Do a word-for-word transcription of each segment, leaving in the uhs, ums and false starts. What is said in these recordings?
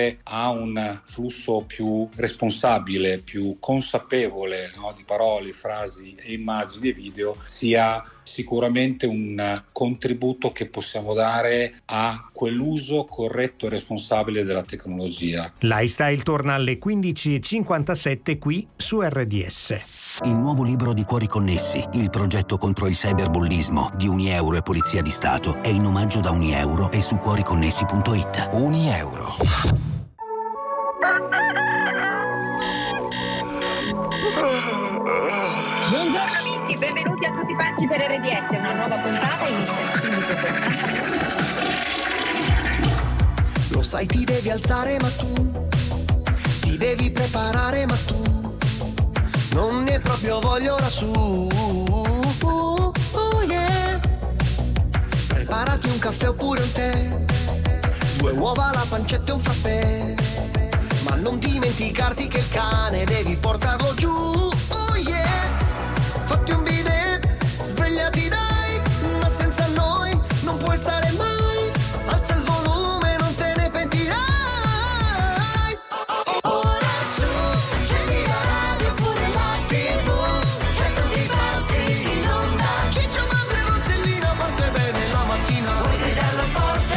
a un flusso più responsabile, più consapevole, no, di parole, frasi, immagini e video, sia sicuramente un contributo che possiamo dare a quell'uso corretto e responsabile della tecnologia. Lifestyle torna alle quindici e cinquantasette qui su R D S. Il nuovo libro di Cuori Connessi, il progetto contro il cyberbullismo di Unieuro e Polizia di Stato, è in omaggio da Unieuro e su cuoriconnessi punto it. Unieuro. Buongiorno amici, benvenuti a tutti pazzi per R D S, una nuova puntata inizia subito con... Lo sai, ti devi alzare ma tu ti devi preparare ma tu non ne proprio voglio lassù. Oh, oh yeah. Preparati un caffè oppure un tè, due uova, la pancetta e un frappè, ma non dimenticarti che il cane devi portarlo giù. Oh yeah. Fatti un bidet, svegliati dai, ma senza noi non puoi stare mai. Alza il volume, non te ne pentirai. Ora su, accendi la radio pure la tivù, c'è tutti i pazzi in onda. Ciccio, Mazza e Rossellino, parte bene la mattina. Vuoi gridarlo forte?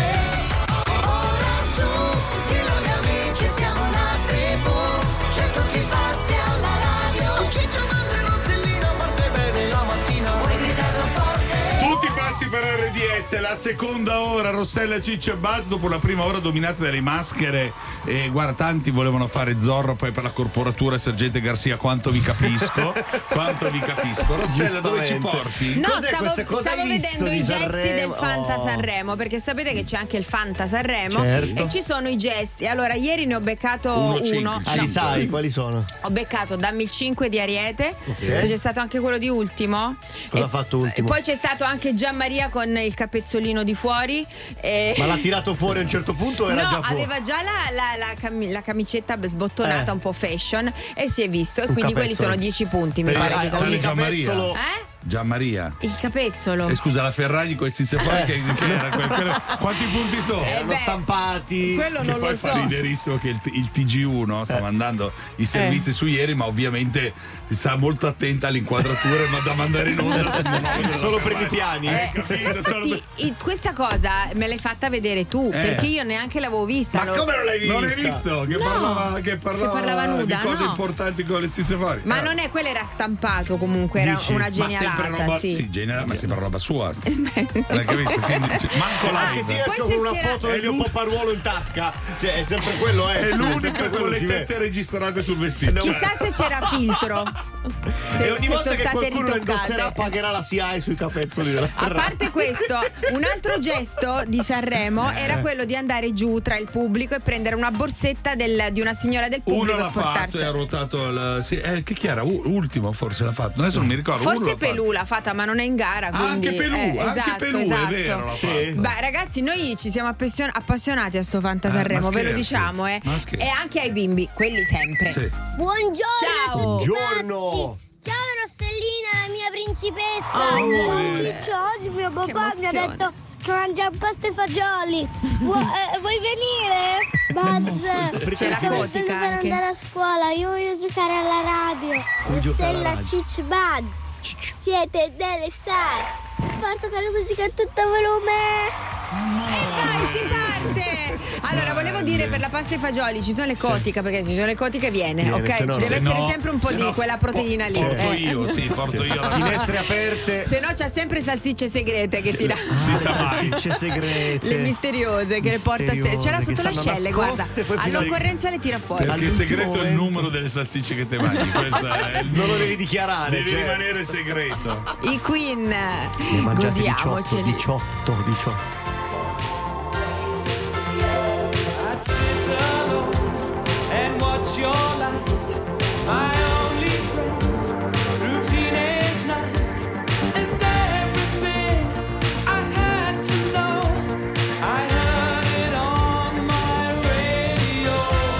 Ora su, dillo agli amici, siamo una tribù, c'è tutti i pazzi alla radio. Ciccio, Mazza e Rossellino, parte bene la mattina. Vuoi gridarlo forte? Tutti pazzi per R D S, la seconda ora, Rossella, Ciccio e Buzz, dopo la prima ora dominata dalle maschere. E guarda, tanti volevano fare Zorro, poi per la corporatura Sergente Garcia, quanto vi capisco, quanto vi capisco. Rossella, dove ci porti? No, Cos'è stavo, questa cosa stavo hai visto vedendo di i gesti Sanremo? del Fanta Oh. Sanremo, perché sapete che c'è anche il Fanta Sanremo, Certo. e ci sono i gesti. Allora, ieri ne ho beccato Uno, uno. cinque, Ah, li sai quali sono? Ho beccato Dammi il cinque di Ariete, Ok. poi c'è stato anche quello di Ultimo. Cosa E- ha fatto Ultimo? Poi c'è stato anche Gianmaria con il capezzolino di fuori. e- Ma l'ha tirato fuori a un certo punto o era no, già fuori? aveva già la, la- la cami- la camicetta sbottonata, Eh. un po' fashion, e si è visto. E Un quindi quelli capezzolo. sono dieci punti, mi Per- pare. ah, che Tale ogni Gianmaria. capezzolo- Eh? Gianmaria. Il capezzolo. E scusa, la Ferragni con i zizi fuori, che, che era quel- quello- quanti punti sono? Eh, Erano beh, stampati. quello Che non poi lo fa so. riderissimo che il, il T G uno sta mandando i servizi su ieri, ma ovviamente sta molto attenta alle inquadrature, ma da mandare in onda sul monologo della Solo primi Ferragni. piani. Eh, capito? Solo Infatti, i- questa cosa me l'hai fatta vedere tu, perché io neanche l'avevo vista. Ma lo- come non l'hai vista? Non hai visto? Che No. parlava, che parlava, Che parlava nuda, di cose no. importanti con le zizi fuori. Ma Eh. non è, quello era stampato comunque, era Dici? una Ma sempre genialata, roba, sì. sì, geniale, ma sempre roba sua. Non hai capito? Quindi, cioè, manco Anche se live. esco Poi con una c'era- foto È del mio l'un- popparuolo in tasca, cioè, è sempre quello, eh. È l'unica sempre quello, con le si vede. tette registrate sul vestito. Chissà se c'era filtro. Se, E ogni se volta sono che state qualcuno lo indosserà ritoccate. pagherà la S I A E sui capezzoli della A Ferrari. parte questo, un altro gesto di Sanremo era quello di andare giù tra il pubblico e prendere una borsetta del- di una signora del pubblico Uno l'ha e portarsi- fatto e ha ruotato il. Sì, eh, che chi era? U- Ultimo forse l'ha fatto. Adesso non mi ricordo. Uno Forse l'ha fatto. Pelù l'ha fatta, ma non è in gara. Ah, Quindi, anche Pelù, eh, anche esatto, Pelù, esatto. è vero. L'ha Sì. fatto. Beh, ragazzi, noi ci siamo appassion- appassionati a sto Fanta Eh, Sanremo, ma ve lo scherzi, diciamo, eh. ma scherzi. E anche ai bimbi, quelli sempre. Sì. Buongiorno Ciao. a tutti Buongiorno. pazzi. Ciao Rossellina, la mia principessa. Oh, Ciao amore. Ciccio, oggi mio Che papà mi ha emozione. detto che mangia pasta e fagioli. Vuoi, eh, vuoi venire? Buzz, Perché C'è la stavo cotica stando per anche. andare a scuola, io voglio giocare alla radio. Vuoi giocare alla Rossella, radio? Ciccio, Buzz, siete delle star. Forza con la musica a tutto volume. Dai, si parte! Allora, volevo dire, per la pasta e fagioli ci sono le cotiche, perché se ci sono le cotiche viene, Viene, ok? se no- ci deve Se essere no- sempre un po' se di no, quella proteina po- lì. Porto eh. io, sì, porto io la Finestre aperte. Se no c'ha sempre salsicce segrete che tira. Si Ah, sa le mai. salsicce segrete. Le misteriose che le porta ste- Misteriose, c'era che sotto stanno l'ascelle, guarda. nascoste, poi fino- All'occorrenza le tira fuori. Perché il All'ultimo segreto è il momento. numero delle salsicce che te mangi. Questo è il Non lo numero. devi dichiarare. Devi cioè. rimanere segreto. I Queen, Ne hai mangiati diciotto, godiamoceli. diciotto, diciotto. I'd sit alone and watch your light, my only friend through teenage nights, and everything I had to know, I heard it on my radio.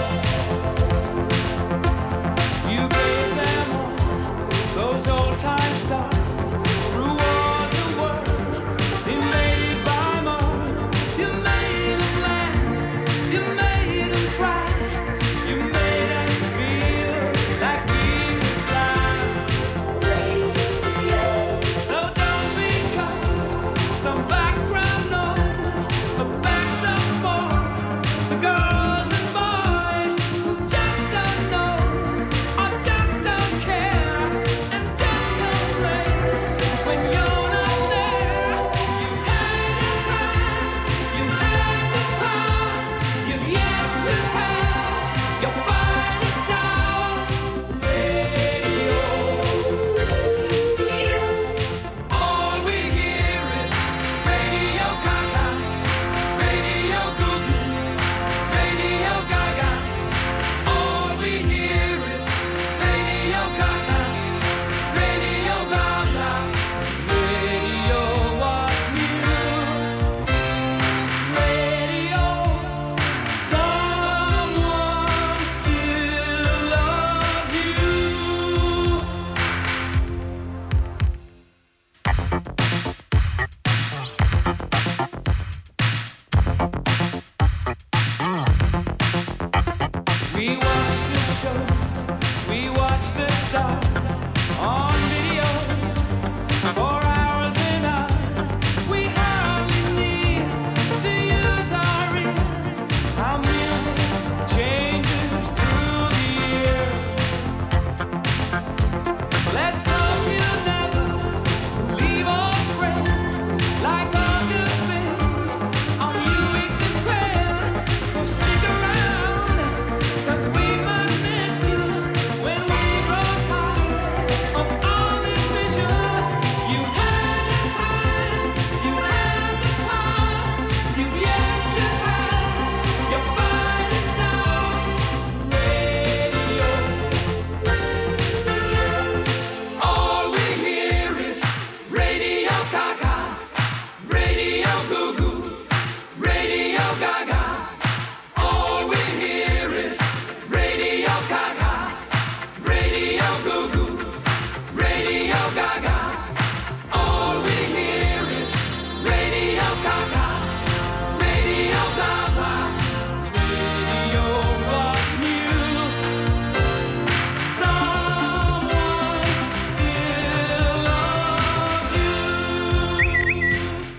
You gave them all those old time stars through wars and worlds invaded by Mars. You made them laugh, you made them cry.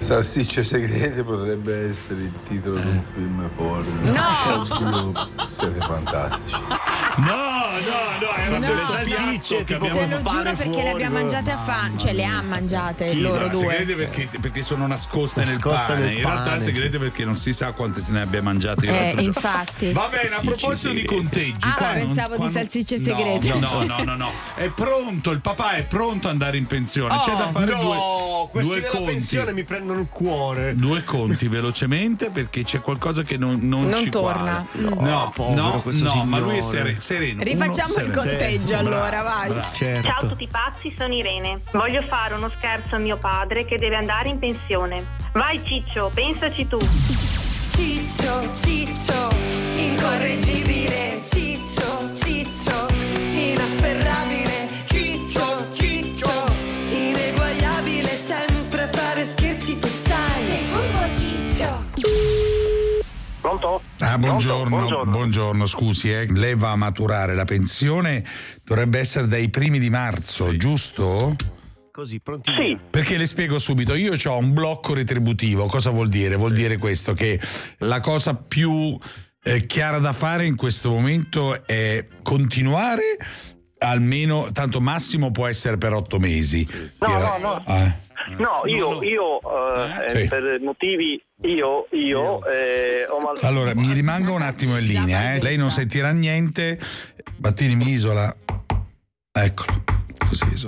Salsicce segrete potrebbe essere il titolo di un film porno. No! Oddio, siete fantastici. No, no, no, era No. delle salsicce, che tipo Te abbiamo... lo giuro perché le abbiamo mangiate a fan, cioè le ha mangiate Chi? loro No, due. segrete perché, perché sono nascoste, Nascoste nel pane. nel In realtà pane, segrete sì. perché non si sa quante se ne abbia mangiate io Eh, l'altro giorno. infatti. Va bene, a Sì, proposito sì, di sì. conteggi. Ah, qua non- pensavo di qua non- salsicce no, segrete. No, no, no, no. È pronto, il papà è pronto ad andare in pensione. C'è da fare No, due, questi due della conti. pensione mi prendono il cuore. Due conti velocemente perché c'è qualcosa che non, non, Non ci torna. quadra. No, No, povero no, questo no, ma lui è signore. sere- sereno. Rifacciamo Uno, il sereno. conteggio Sì, allora, vai. bravo. Certo. Ciao a tutti pazzi, sono Irene. Voglio fare uno scherzo a mio padre che deve andare in pensione. Vai Ciccio, pensaci tu. Ciccio, Ciccio, incorreggibile. Ciccio, Ciccio, inafferrabile. Ciccio, Ciccio, ineguagliabile. Sempre a fare scherzi tu stai. Sei furbo Ciccio. Pronto? Ah, buongiorno, buongiorno. buongiorno, scusi, eh. Lei va a maturare la pensione, dovrebbe essere dai primi di marzo, giusto? Così, pronti? Sì. Perché le spiego subito, io ho un blocco retributivo, cosa vuol dire? Vuol dire questo, che la cosa più eh, chiara da fare in questo momento è continuare almeno, tanto massimo può essere per otto mesi. No, Era- no, no. Eh. No, io, io eh, Sì. per motivi, io, io eh, ho mal... Allora, mi rimango un attimo in linea, eh. Lei non sentirà niente. Battini mi isola. Eccolo, così isola.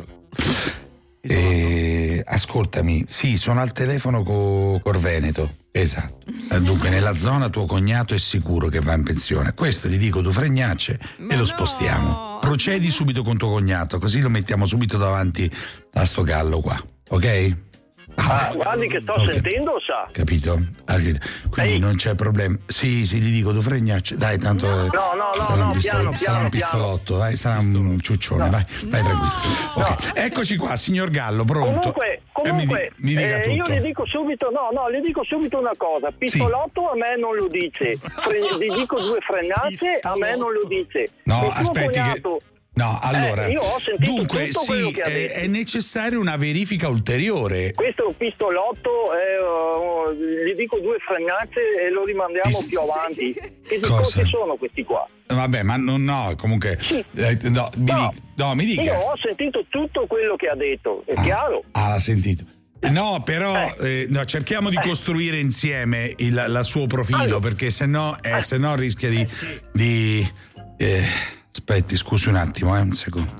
E, ascoltami, sì, sono al telefono co- col Veneto. Esatto. Eh, Dunque, nella zona tuo cognato è sicuro che va in pensione. Questo gli dico, tu fregnacce e lo spostiamo. Procedi subito con tuo cognato, così lo mettiamo subito davanti a sto gallo qua, ok? Ah, guardi che sto Ok. sentendo, sa? Capito? Ah, quindi Ehi. non c'è problema. Sì, sì, gli dico, tu fregnacce. Dai, tanto No, no, no, sarà no, un, pistol- piano, sarà piano, un pistolotto, vai, sarà un ciuccione, vai, vai tranquillo. Ok, eccoci qua, signor Gallo, pronto? Comunque, Eh, comunque mi, di- mi dica eh, io tutto. le dico subito, no, no, le dico subito una cosa, pistolotto a me non lo dice, Fre- gli dico due frenate, a me non lo dice. No, Il suo aspetti che... cognato- No, allora, Eh, io ho sentito dunque tutto quello sì, che ha è, detto. è necessaria una verifica ulteriore. Questo è un pistolotto, eh, uh, gli dico due frenate e lo rimandiamo Pist- più avanti. Che Cosa? discorsi sono questi qua? Vabbè, ma non no, comunque eh, no, mi No, dica, no, mi dica. Io ho sentito tutto quello che ha detto, è chiaro? Ah, l'ha sentito. No, però eh, no, cerchiamo di costruire insieme il la suo profilo, Allora. perché sennò, eh, sennò rischia di. di eh, aspetti, scusi un attimo, eh, un secondo.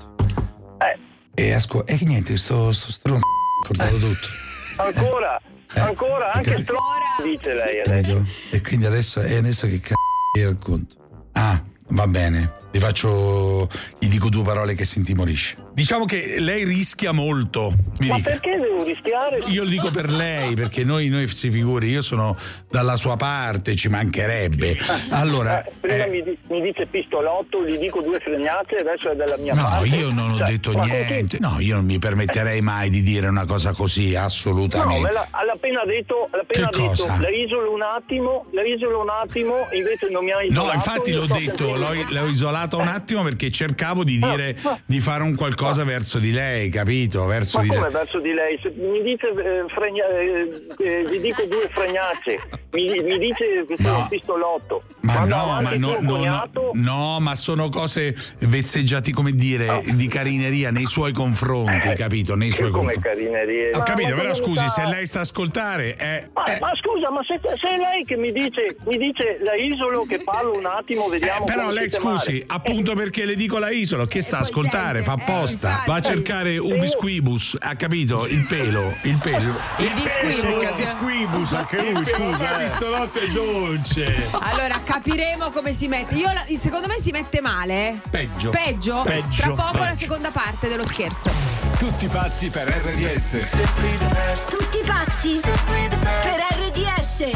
E asco- e niente, sto, sto stronzo ha cortato tutto. Ancora, ancora, anche perché- stronzo dice lei adesso. E quindi adesso, e adesso che c***o gli racconto? Ah, va bene. Vi faccio. Gli dico due parole che si intimorisce. Diciamo che lei rischia molto. Mi Ma dica. perché devo rischiare? Io lo dico per lei, perché noi, noi si figuri, io sono dalla sua parte, ci mancherebbe. Allora. Eh, prima eh, mi, di- mi dice pistolotto, gli dico due fregnate, adesso è della mia No, parte. io non ho Cioè, detto ma niente. No, io non mi permetterei mai di dire una cosa così, No, assolutamente. me l'ha, l'ha appena detto, l'ha appena Che detto, cosa? la isolo un attimo, la isolo un attimo, invece non mi ha isolato. No, infatti io l'ho sto detto, sentendo- l'ho, l'ho isolato un attimo perché cercavo di dire, di fare un qualcosa verso di lei, capito? Verso Ma di come lei. verso di lei? Se mi dice eh, fregna, eh, eh, gli dico due fregnacce, mi, mi dice che sono un pistolotto. Ma Vado no, avanti ma no, tuo no, no, cognato. no, ma sono cose vezzeggiati, come dire, di carineria nei suoi confronti, capito? Nei suoi Eh, Come confronti. carinerie. Ho Ma- capito, ma però cosa scusi, mi se sta- lei sta a ascoltare, è. Ma, ma scusa, ma se, se è lei che mi dice, mi dice la isolo che parlo un attimo, vediamo Però come lei sistemare. scusi, appunto perché le dico la isola, che sta a ascoltare, fa apposta, va a cercare un bisquibus, ha capito? Il pelo, il pelo. Il bisquibus. Squibus, anche lui, Ma il scusa. eh. pistolotto è dolce. Allora capiremo come si mette. Io la- secondo me si mette male. Peggio. Peggio? Peggio. Tra poco la Peggio. seconda parte dello scherzo. Tutti pazzi per R D S. Tutti pazzi per R D S.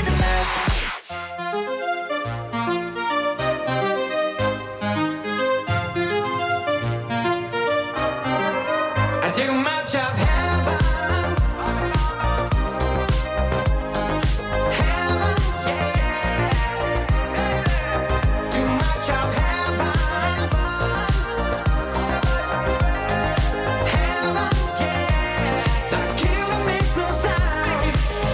I too much of heaven. Heaven, yeah. Too much of heaven. Heaven, yeah. The killer makes no sound.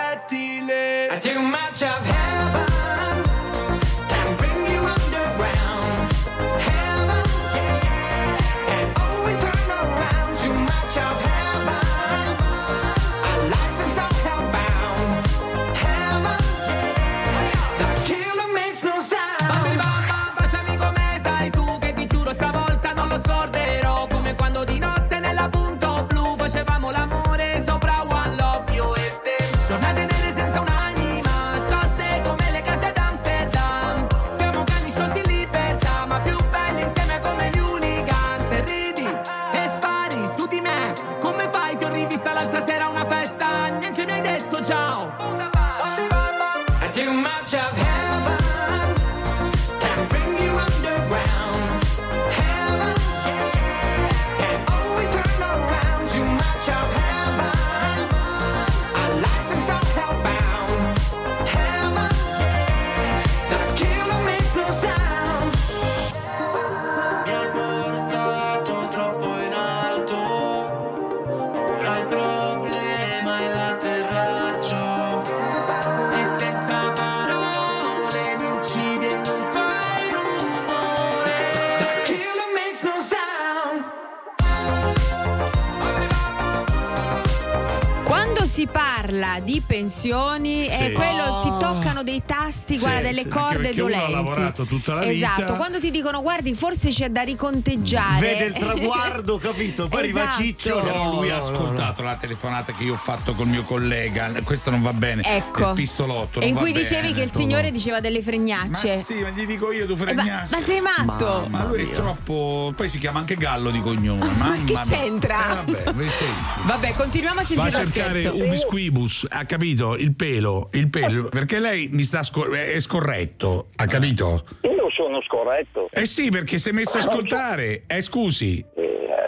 proiettile. Too much of heaven can bring you underground. Heaven, yeah, and always turn around. Too much of heaven, our life is so hellbound. Heaven, yeah, the killer makes no sound. Bambini bamba, baciami come sai tu, che ti giuro stavolta non lo scorderò. Come quando di notte nella punto blu facevamo l'amore sopra One Love, io e te. Giornate nere senza un'anima, stolte come le case d'Amsterdam. Siamo cani sciolti in libertà, ma più belli insieme come gli hooligans. E ridi e spari su di me. Come fai? Ti ho rivista l'altra sera a una festa, neanche mi hai detto ciao. Too much of heaven can bring you underground. Heaven, yeah, can always turn around. Too much of heaven, our life is so hellbound. Heaven, yeah, the killer makes no sound. Mi ha portato troppo in alto, ora il problema è l'atterraggio. E senza parole mi uccidi e non fai rumore. The killer makes no sound. Quando si parla di pensioni, Sì. è quello, si toccano dei tasti, guarda, delle sì, corde anche perché uno dolenti. ha lavorato tutta la vita. Esatto, quando ti dicono guardi, forse c'è da riconteggiare. Vede il traguardo, capito? Poi arriva Esatto. Ciccio. Però lui ha no, no, ascoltato la telefonata che io ho fatto col mio collega. Questo non va bene. Ecco. Il pistolotto. E non in va cui bene. dicevi che il signore diceva delle Ma fregnacce. sì, ma gli dico io, tu Eh, ma, fregnacce. ma sei matto? Ma lui è troppo. Poi si chiama anche Gallo di cognome. Ma che Mamma mia. c'entra? Eh, vabbè, voi senti. Vabbè, continuiamo a Va a sentire lo cercare scherzo. un bisquibus, ha capito? Il pelo, il pelo, perché lei mi sta scor- è scorretto, ha capito? Io sono scorretto. Eh sì, perché si è messo a ascoltare. Eh scusi. Eh,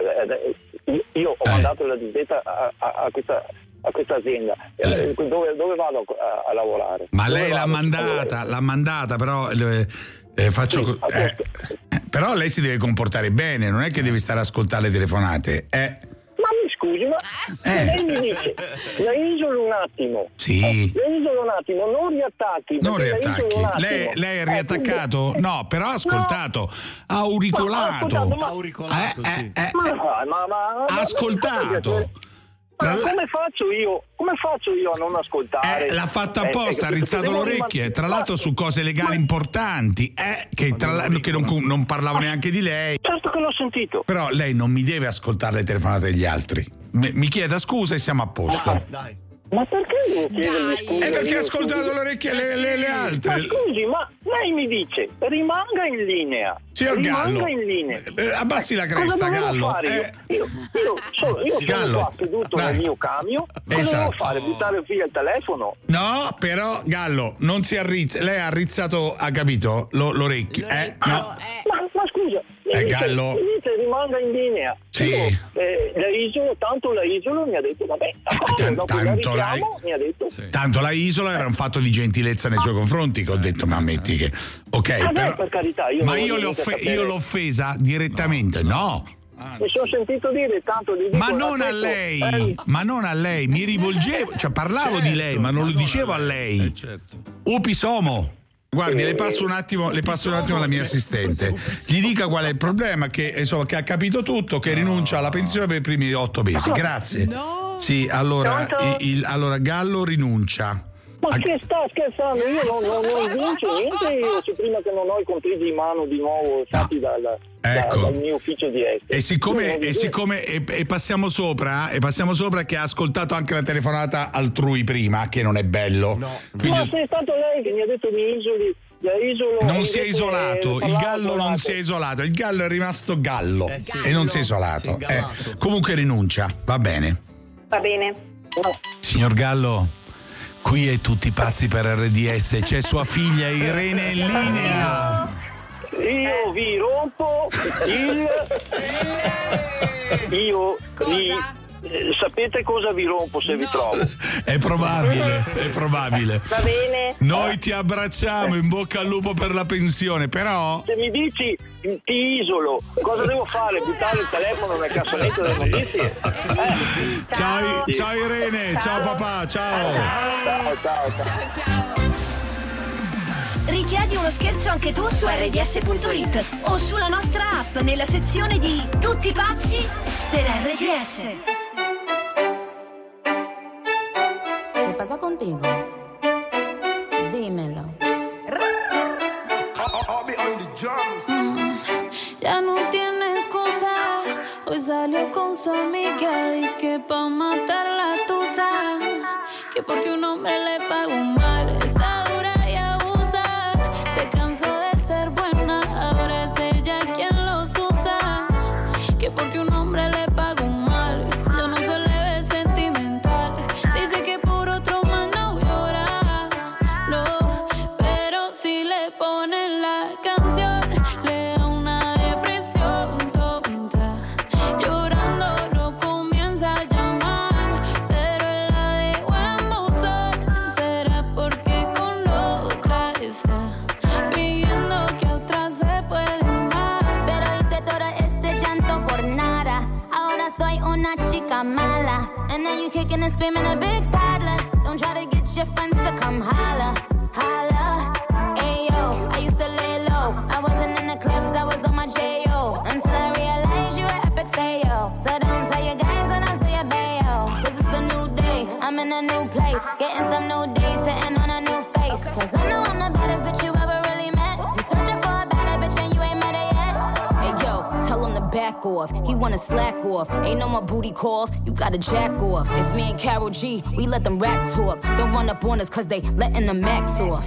eh, eh, io ho mandato la disdetta a, a, a questa a questa azienda. Eh, dove, dove vado a, a lavorare? Ma Dove lei l'ha vado? mandata, l'ha mandata, però eh, eh, faccio Sì, co- eh, eh, però lei si deve comportare bene, non è che deve stare a ascoltare le telefonate. Eh. Ma mi scusi, ma Eh. lei mi dice, la isolo un attimo. Sì. La isolo un attimo, non riattacchi. Non perché la isolo riattacchi. un attimo. Lei, lei è Eh, riattaccato? quindi- No, però ha ascoltato. Ha Ma, auricolato. ascoltato, ma- Auricolato, Eh, sì. eh, eh, Ma, ma, ma, ma- ha ascoltato. Ma Tra l- come faccio io? Come faccio io a non ascoltare? Eh, l'ha fatto Eh, apposta, ha eh, rizzato devo le orecchie, riman- tra l'altro su cose legali ma- importanti, eh, che, tra l'altro che non, non parlavo neanche di lei. Certo che l'ho sentito. Però lei non mi deve ascoltare le telefonate degli altri. Mi, mi chieda scusa e siamo a posto. Dai. Ma perché devo chiedergli scusa? È perché io? ha ascoltato le orecchie le, le, le Ma altre. scusi, ma lei mi dice, rimanga in linea. Signor rimanga Gallo, in linea. eh, abbassi la Cosa cresta, dovevo Gallo. fare io? Eh, Io, io sono, io sono Gallo, qua seduto dai. nel mio camion. Cosa Esatto. devo fare? Buttare via il telefono? No, però Gallo, non si arrizza. Lei ha arrizzato, ha capito? Lo- l'orecchio. Eh, no. Ma, ma scusa, mi Eh, dice, Gallo. mi dice rimanga in linea. Sì. Io, eh, la isolo, tanto la isolo mi ha detto, vabbè, d'accordo, tan- dopo la tanto la- richiamo, mi ha detto. Tanto la isola era un fatto di gentilezza nei suoi confronti che ho detto, ma ammetti che. Ok, Ah, beh, però. per carità, io ma non io, voglio l'ho mica offe- sapere. io l'ho offesa direttamente, no. Mi sono sentito dire tanto di Ma non a lei, Eh, ma non a lei, mi rivolgevo, cioè parlavo di lei, ma non lo dicevo a lei. Upi Somo. Guardi, le passo un attimo, le passo un attimo alla mia assistente. Gli dica qual è il problema, che insomma che ha capito tutto, che rinuncia alla pensione per i primi otto mesi. Grazie. Sì, allora, il, il- allora Gallo rinuncia. Ma che sta scherzando? Io non, non, non vincio niente, io se prima che non ho i controlli in mano di nuovo fatti dal, da- Ecco. dal mio ufficio di esteri. E siccome, Io non e, vi- siccome e, e passiamo sopra, e passiamo sopra che ha ascoltato anche la telefonata altrui prima, che non è bello. Ma Quindi se è stato lei che mi ha detto mi isoli, la isolo. non si è invece isolato, il parlava gallo non isolato. si è isolato, il gallo è rimasto gallo e non si è isolato. Si è Eh, ingalato. comunque rinuncia, va bene. Va bene. Signor Gallo, qui è tutti pazzi per R D S, c'è sua figlia Irene in linea. Io vi rompo il. Io vi eh, sapete cosa vi rompo se vi trovo? È probabile, è probabile. Va bene. Noi ti abbracciamo, in bocca al lupo per la pensione, però... Se mi dici ti isolo, cosa devo fare? Buttare il telefono nel cassonetto delle notizie? Eh. Ciao, ciao Irene, ciao, ciao papà, ciao. Ciao, ciao, ciao. ciao. Richiedi uno scherzo anche tu su erre di esse punto it o sulla nostra app nella sezione di Tutti pazzi per erre di esse. ¿Qué pasa contigo? Dímelo. Ya no tiene excusa. Hoy salió con su amiga. Dice que pa' matar la tusa. Que porque un hombre le pagó mal. Está dura y abusa. Se cansó de ser buena. Ahora es ella quien los usa. Que porque un hombre le pagó mal. Ya no se le ve sentimental. Dice que por otro más no llora. No, pero si le ponen la canción, le da una depresión tonta. Llorando lo comienza a llamar, pero él la dejó en buzón. Será porque con la otra está fingiendo que a otra se puede amar. Pero hice todo este llanto por nada. Ahora soy una chica mala. And now you kicking and screaming a big toddler. Don't try to get your friends to come holla, holla. Ayo, I used to lay low. I wasn't in the clubs, I was on my J O. Until I realized you were epic fail. So don't tell your guys that I'm still your bayo. Cause it's a new day, I'm in a new place. Getting some new days, sitting on a new face. Cause I know I'm the baddest bitch you ever really met. You searching for a better bitch and you ain't met her yet. Hey yo, tell him to back off. He wanna slack off. Ain't no more booty calls, you gotta jack off. It's me and Karol G, we let them racks talk. Don't run up on us cause they letting the max off.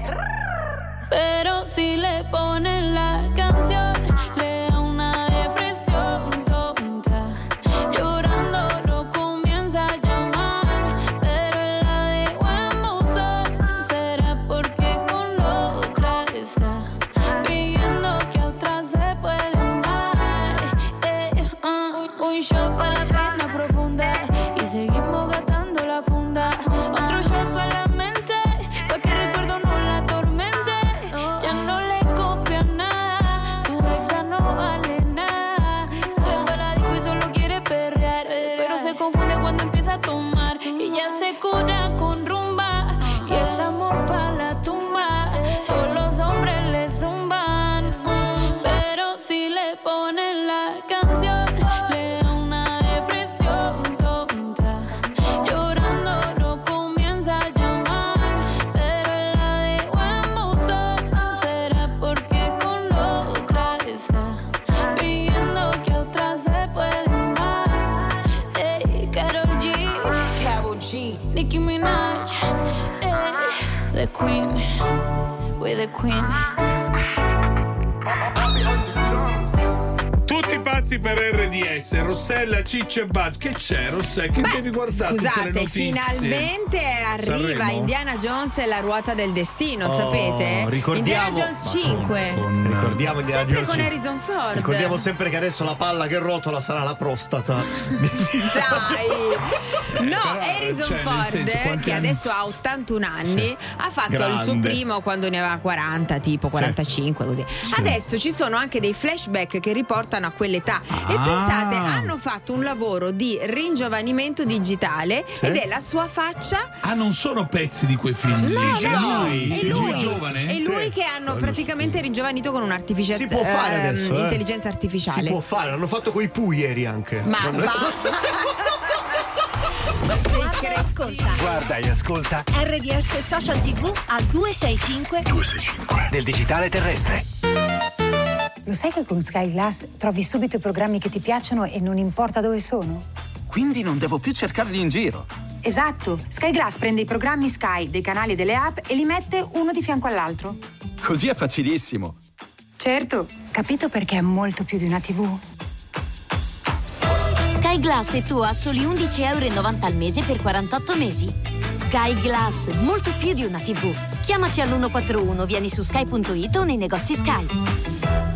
Pero si le ponen la canción, le da una depresión tonta. Llorando lo comienza a llamar, pero él la dejó en buzón. Será porque con la otra está fingiendo que a otra se puede amar. Eh, uh, un shot para la pena profunda y seguimos gastando la funda. Otro shot para la mente, pa' que recuerdo no la atormente. Ya no le copia nada, su exa no vale nada. Sale para la disco y solo quiere perrear, pero se confunde cuando empieza a tomar. Y ya se cura con rumba y el amor pa' la tumba. Todos los hombres le zumban, pero si le ponen la canción, le da una depresión tonta. Llorando lo comienza a llamar, pero él la dejó en buzón. Será porque con la otra está fingiendo que a otra se puede amar. Ey, Karol G, Karol G, Nicki Minaj, ey, the Queen, we're the Queen. Tutti pazzi per erre di esse, Rossella, Ciccio e Buzz. Che c'è, Rossella? Che Beh, devi guardare tutte le scusate, notizie? finalmente arriva Sanremo? Indiana Jones e la ruota del destino, Oh, sapete? ricordiamo- Indiana Jones cinque. Con, ricordiamo Indiana Sempre Jones con cinque. Harrison Ford. Ricordiamo sempre che adesso la palla che rotola sarà la prostata. Dai! No, Harrison cioè, nel Ford, senso, quanti che anni- adesso ha ottantuno anni, ha fatto il suo Grande. primo quando ne aveva quaranta, tipo quarantacinque, così. Adesso ci sono anche dei flashback che riportano a quell'età. E Ah. pensate, hanno fatto un lavoro di ringiovanimento digitale Sì. ed è la sua faccia. Ah, non sono pezzi di quei film. No, Sì, no, lui, è sì, lui, giovane. è lui che hanno praticamente ringiovanito con un'artificia- Si può fare ehm, adesso, eh? intelligenza artificiale. Si può fare, l'hanno fatto coi Pooh ieri anche. Ma Quando- va. Guarda e ascolta. Guarda e ascolta erre di esse Social tivù a duecentosessantacinque del digitale terrestre. Lo sai che con Sky Glass trovi subito i programmi che ti piacciono e non importa dove sono? Quindi non devo più cercarli in giro. Esatto, Sky Glass prende i programmi Sky dei canali e delle app e li mette uno di fianco all'altro. Così è facilissimo. Certo, capito perché è molto più di una tivù. Sky Glass e tu a soli undici e novanta euro al mese per quarantotto mesi. Sky Glass, molto più di una tivù. Chiamaci all'uno quattro uno, vieni su sky punto it o nei negozi Sky.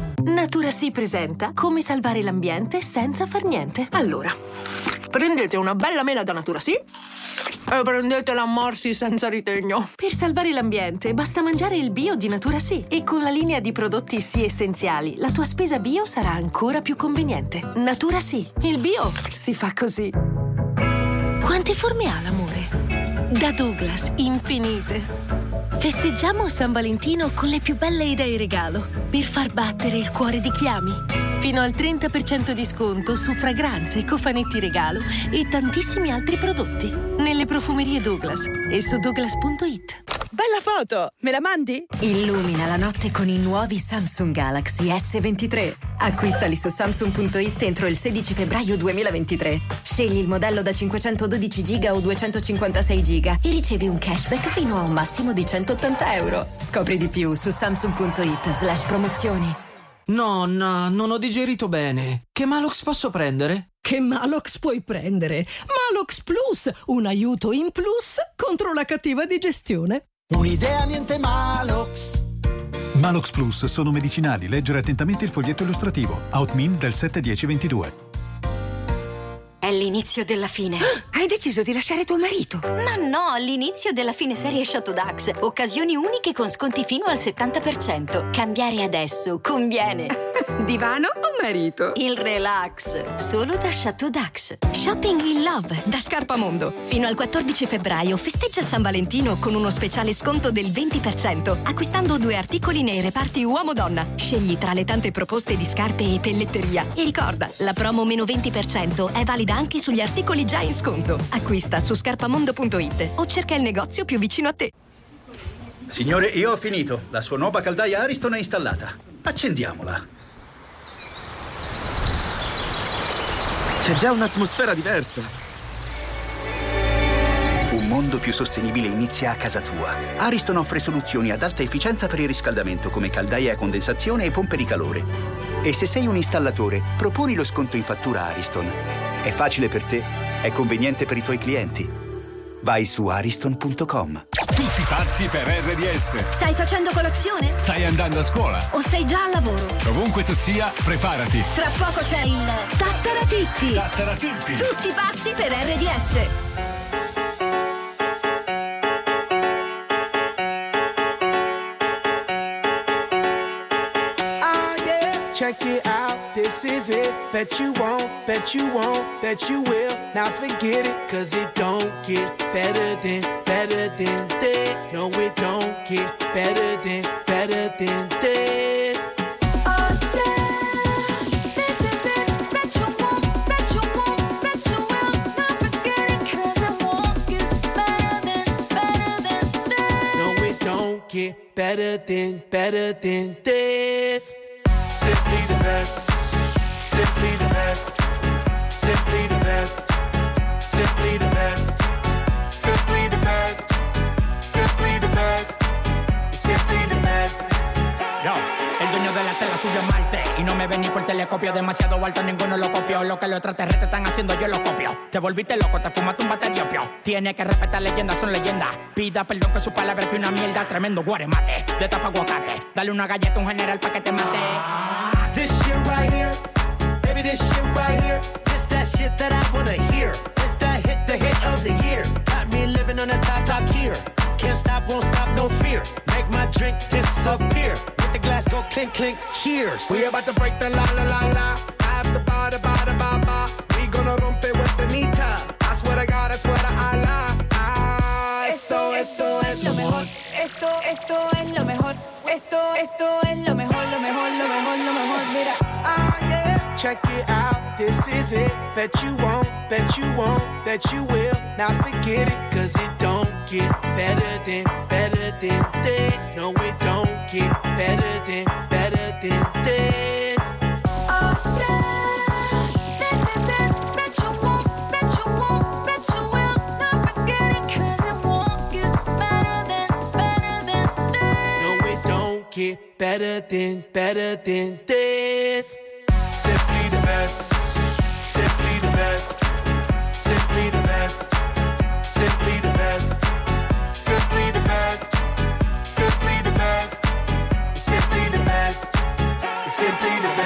Natura Sì presenta come salvare l'ambiente senza far niente. Allora, prendete una bella mela da Natura Sì e prendetela a morsi senza ritegno. Per salvare l'ambiente basta mangiare il bio di Natura Sì e con la linea di prodotti Sì essenziali la tua spesa bio sarà ancora più conveniente. Natura Sì, il bio si fa così. Quante forme ha l'amore? Da Douglas, infinite. Festeggiamo San Valentino con le più belle idee regalo per far battere il cuore di chi ami. Fino al trenta per cento di sconto su fragranze, cofanetti regalo e tantissimi altri prodotti. Nelle profumerie Douglas e su douglas punto it. Bella foto! Me la mandi? Illumina la notte con i nuovi Samsung Galaxy S ventitré. Acquistali su samsung punto it entro il sedici febbraio duemilaventitré. Scegli il modello da cinquecentododici giga o duecentocinquantasei giga e ricevi un cashback fino a un massimo di centottanta euro. Scopri di più su samsung punto it slash promozioni. Nonna, non ho digerito bene. Che Malox posso prendere? Che Malox puoi prendere? Malox Plus, un aiuto in plus contro la cattiva digestione. Un'idea niente Malox. Malox Plus sono medicinali. Leggere attentamente il foglietto illustrativo. Outmin del sette dieci ventidue. È l'inizio della fine. Hai deciso di lasciare tuo marito? Ma no, l'inizio della fine serie Chateau Dax. Occasioni uniche con sconti fino al settanta per cento. Cambiare adesso conviene. Divano o marito? Il relax. Solo da Chateau Dax. Shopping in Love da Scarpamondo. Fino al quattordici febbraio festeggia San Valentino con uno speciale sconto del venti per cento. Acquistando due articoli nei reparti uomo-donna. Scegli tra le tante proposte di scarpe e pelletteria. E ricorda, la promo meno venti per cento è valida anche sugli articoli già in sconto. Acquista su scarpamondo punto it o cerca il negozio più vicino a te. Signore, io ho finito. La sua nuova caldaia Ariston è installata. Accendiamola. C'è già un'atmosfera diversa. Un mondo più sostenibile inizia a casa tua. Ariston offre soluzioni ad alta efficienza per il riscaldamento come caldaie a condensazione e pompe di calore. E se sei un installatore, proponi lo sconto in fattura Ariston. È facile per te, è conveniente per i tuoi clienti. Vai su ariston punto com. Tutti pazzi per R D S. Stai facendo colazione? Stai andando a scuola? O sei già al lavoro? Ovunque tu sia, preparati. Tra poco c'è il Tattaratitti. Tattaratitti. Tutti pazzi per R D S. Check it out, this is it. Bet you won't, bet you won't, bet you will. Now forget it, cause it don't get better than, better than this. No, it don't get better than, better than this. Oh yeah, this is it. Bet you won't, bet you won't, bet you will. Now forget it, cause it won't get better than, better than this. No, it don't get better than, better than this. Simply the best, simply the best, simply the best, simply the best, simply the best, simply the best, simply the best. Yo, el dueño de la tela subió a Marte y no me vení por telescopio demasiado alto, ninguno lo copió. Lo que los extraterrestres están haciendo yo lo copio. Te volviste loco, te fumaste un bate de opio. Tiene que respetar leyendas, son leyendas. Pida perdón que su palabra es que una mierda. Tremendo guaremate, de tapa aguacate. Dale una galleta a un general pa' que te mate. This shit right here, baby, this shit right here. This that shit that I wanna hear. This that hit, the hit of the year. Got me living on a top, top tier. Can't stop, won't stop, no fear. Make my drink disappear. Let the glass go clink, clink, cheers. We about to break the la, la, la, la. After ba, da, ba, da, ba, ba. We gonna rompe with the nita. I swear to God, I swear to Allah. Ah, esto, esto es lo mejor. Esto, esto es lo mejor. Esto, esto es lo mejor, lo mejor, lo mejor, lo mejor. Mira. Ah, yeah. Check it out, this is it. Bet you won't, bet you won't, bet you will. Now forget it, cause it don't get better than, better than this. No, it don't get better than, better than this. Oh yeah, this is it. Bet you won't, bet you won't, bet you will. Now forget it, cause it won't get better than, better than this. No, it don't get better than, better than this. Simply the best, simply the best, simply the best, simply the best, simply the best, simply the best, simply the best, simply the best.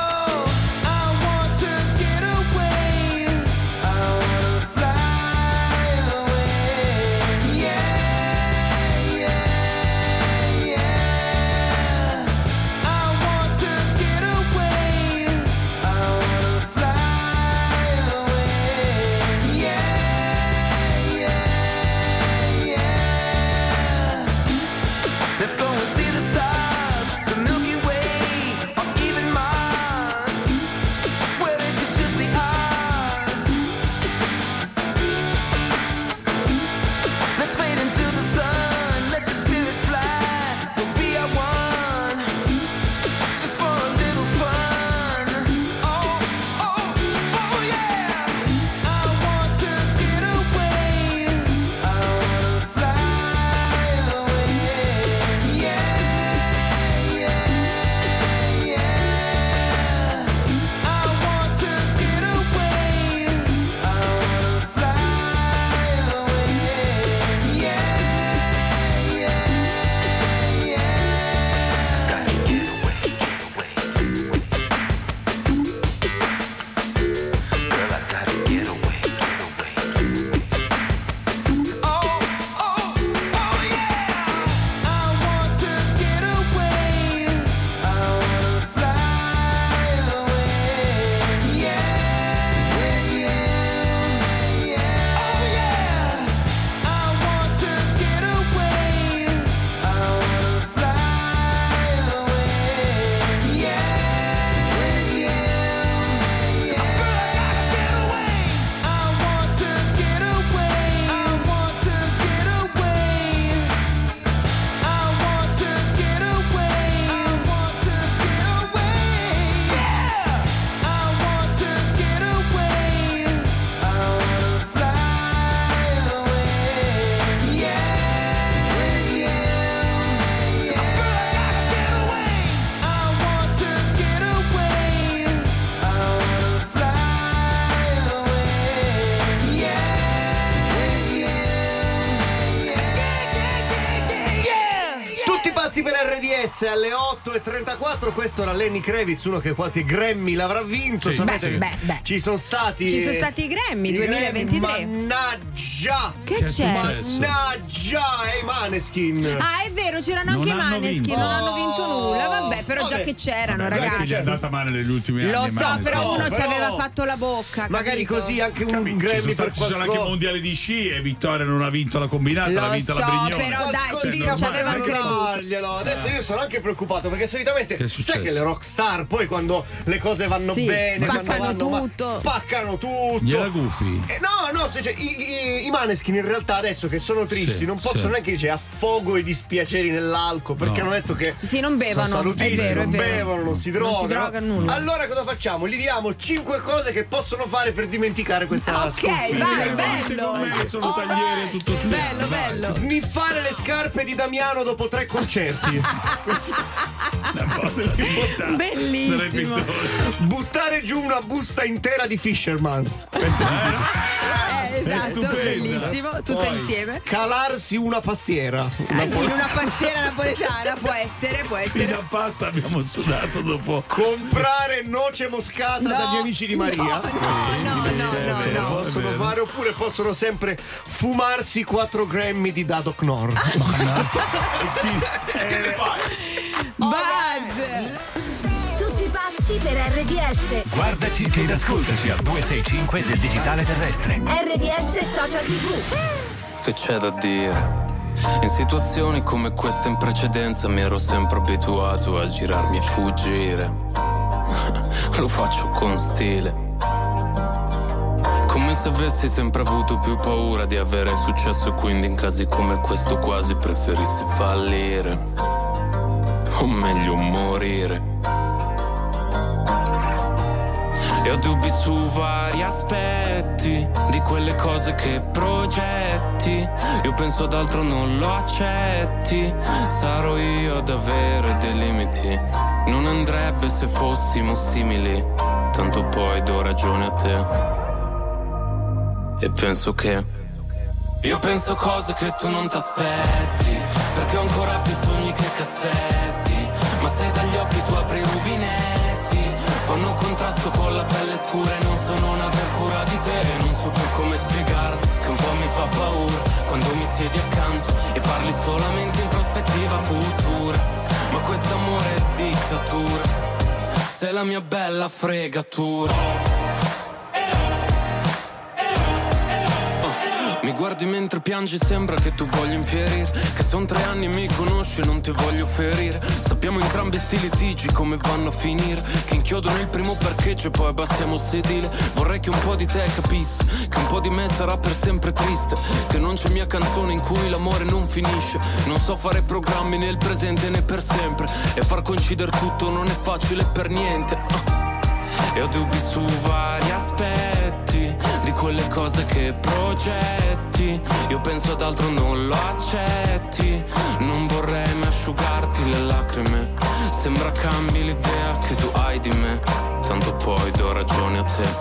S alle otto e trentaquattro. Questo era Lenny Kravitz, uno che qualche Grammy l'avrà vinto. Sì. Sapete Beh, che beh, beh. ci sono stati Ci sono stati i Grammy i duemilaventitré. Grammy, mannaggia! Che c'è? Mannaggia! E i Maneskin. Ah, è vero, c'erano Non anche i hanno Maneskin, vinto. non hanno vinto nulla. Vabbè, però già Vabbè. che c'erano, Vabbè, ragazzi. gli è andata male negli ultimi anni. Lo so, Maneskin. però uno ci però- aveva fatto la bocca. Magari capito? così anche un Capito, ci Grammy sono, per stati, ci sono anche qualcosa. mondiali di sci e Vittoria non ha vinto la combinata, Lo l'ha vinta so, la Brignone. però dai, ci, Qualcosina ci avevano per creduto. darglielo. Adesso io sono anche preoccupato perché solitamente Che è successo? sai che le rockstar poi quando le cose vanno Sì, bene, quando spaccano vanno ma- tutto. spaccano tutto. Gliela gufi. Eh, no, no, cioè, i, i, i Maneskin in realtà adesso che sono tristi Sì, non possono sì. neanche dire affogo i dispiaceri nell'alcol perché No. hanno detto che Sì, non bevono, sono salutissimi, è vero, è non vero. bevono, non si Non drogano. si drogano, nulla. Allora cosa facciamo? Gli diamo cinque cose che possono fare per dimenticare questa Ok, sconfitta. vai, Eh, bello. con me che sono tagliere e tutto spento. Bello, bello. Sniffare le scarpe di Damiano dopo tre concerti. Bellissimo. Strepitoso. Buttare giù una busta intera di Fisherman. Eh, esatto, stupenda. bellissimo, tutte Poi, insieme. Calarsi una pastiera. Una Anche in una pastiera napoletana può essere, può Fino essere. a pasta abbiamo sudato dopo. Comprare noce moscata No, dagli amici di Maria. No, no, no, no, no, Eh, no. possono vero. fare oppure possono sempre fumarsi quattro Grammy di Dado Knorr. Buzz. Tutti pazzi per R D S. Guardaci ed ascoltaci al duecentosessantacinque del digitale terrestre. R D S Social T V. Che c'è da dire? In situazioni come questa in precedenza mi ero sempre abituato a girarmi e fuggire. Lo faccio con stile. Come se avessi sempre avuto più paura di avere successo e quindi in casi come questo quasi preferissi fallire. O meglio morire. E ho dubbi su vari aspetti di quelle cose che progetti. Io penso ad altro, non lo accetti. Sarò io ad avere dei limiti. Non andrebbe se fossimo simili. Tanto poi do ragione a te. E penso che io penso cose che tu non t'aspetti, perché ho ancora più sogni che cassetti. Ma se dagli occhi tu apri i rubinetti, fanno contrasto con la pelle scura e non so non aver cura di te. E non so più come spiegare che un po' mi fa paura quando mi siedi accanto e parli solamente in prospettiva futura. Ma quest'amore è dittatura, sei la mia bella fregatura. Mi guardi mentre piangi, sembra che tu voglia infierire. Che son tre anni e mi conosci e non ti voglio ferire. Sappiamo entrambi sti litigi come vanno a finire. Che inchiodo nel primo parcheggio e poi abbassiamo il sedile. Vorrei che un po' di te capisse che un po' di me sarà per sempre triste. Che non c'è mia canzone in cui l'amore non finisce. Non so fare programmi nel presente né per sempre. E far coincidere tutto non è facile per niente. uh. E ho dubbi su vari aspetti di quelle cose che progetti. Io penso ad altro, non lo accetti. Non vorrei mai asciugarti le lacrime. Sembra cambi l'idea che tu hai di me. Tanto poi do ragione a te.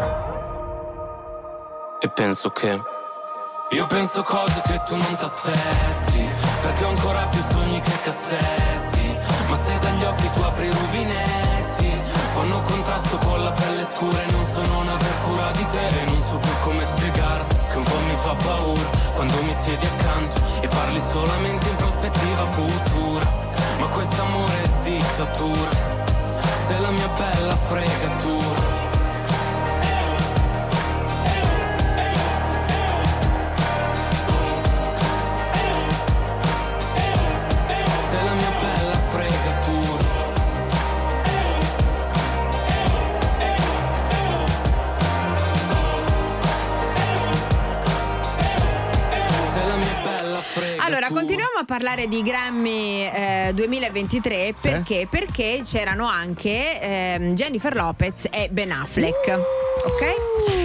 E penso che io penso cose che tu non t'aspetti, perché ho ancora più sogni che cassetti. Ma se dagli occhi tu apri i rubinetti, fanno contrasto con la pelle scura e non so non aver cura di te. E non so più come spiegare che un po' mi fa paura quando mi siedi accanto e parli solamente in prospettiva futura. Ma quest'amore è dittatura, sei la mia bella fregatura. Sei la mia bella fregatura. Sei la mia bella fregatura. Allora, continuiamo a parlare di Grammy eh, duemilaventitré perché? Perché c'erano anche ehm, Jennifer Lopez e Ben Affleck. Ok?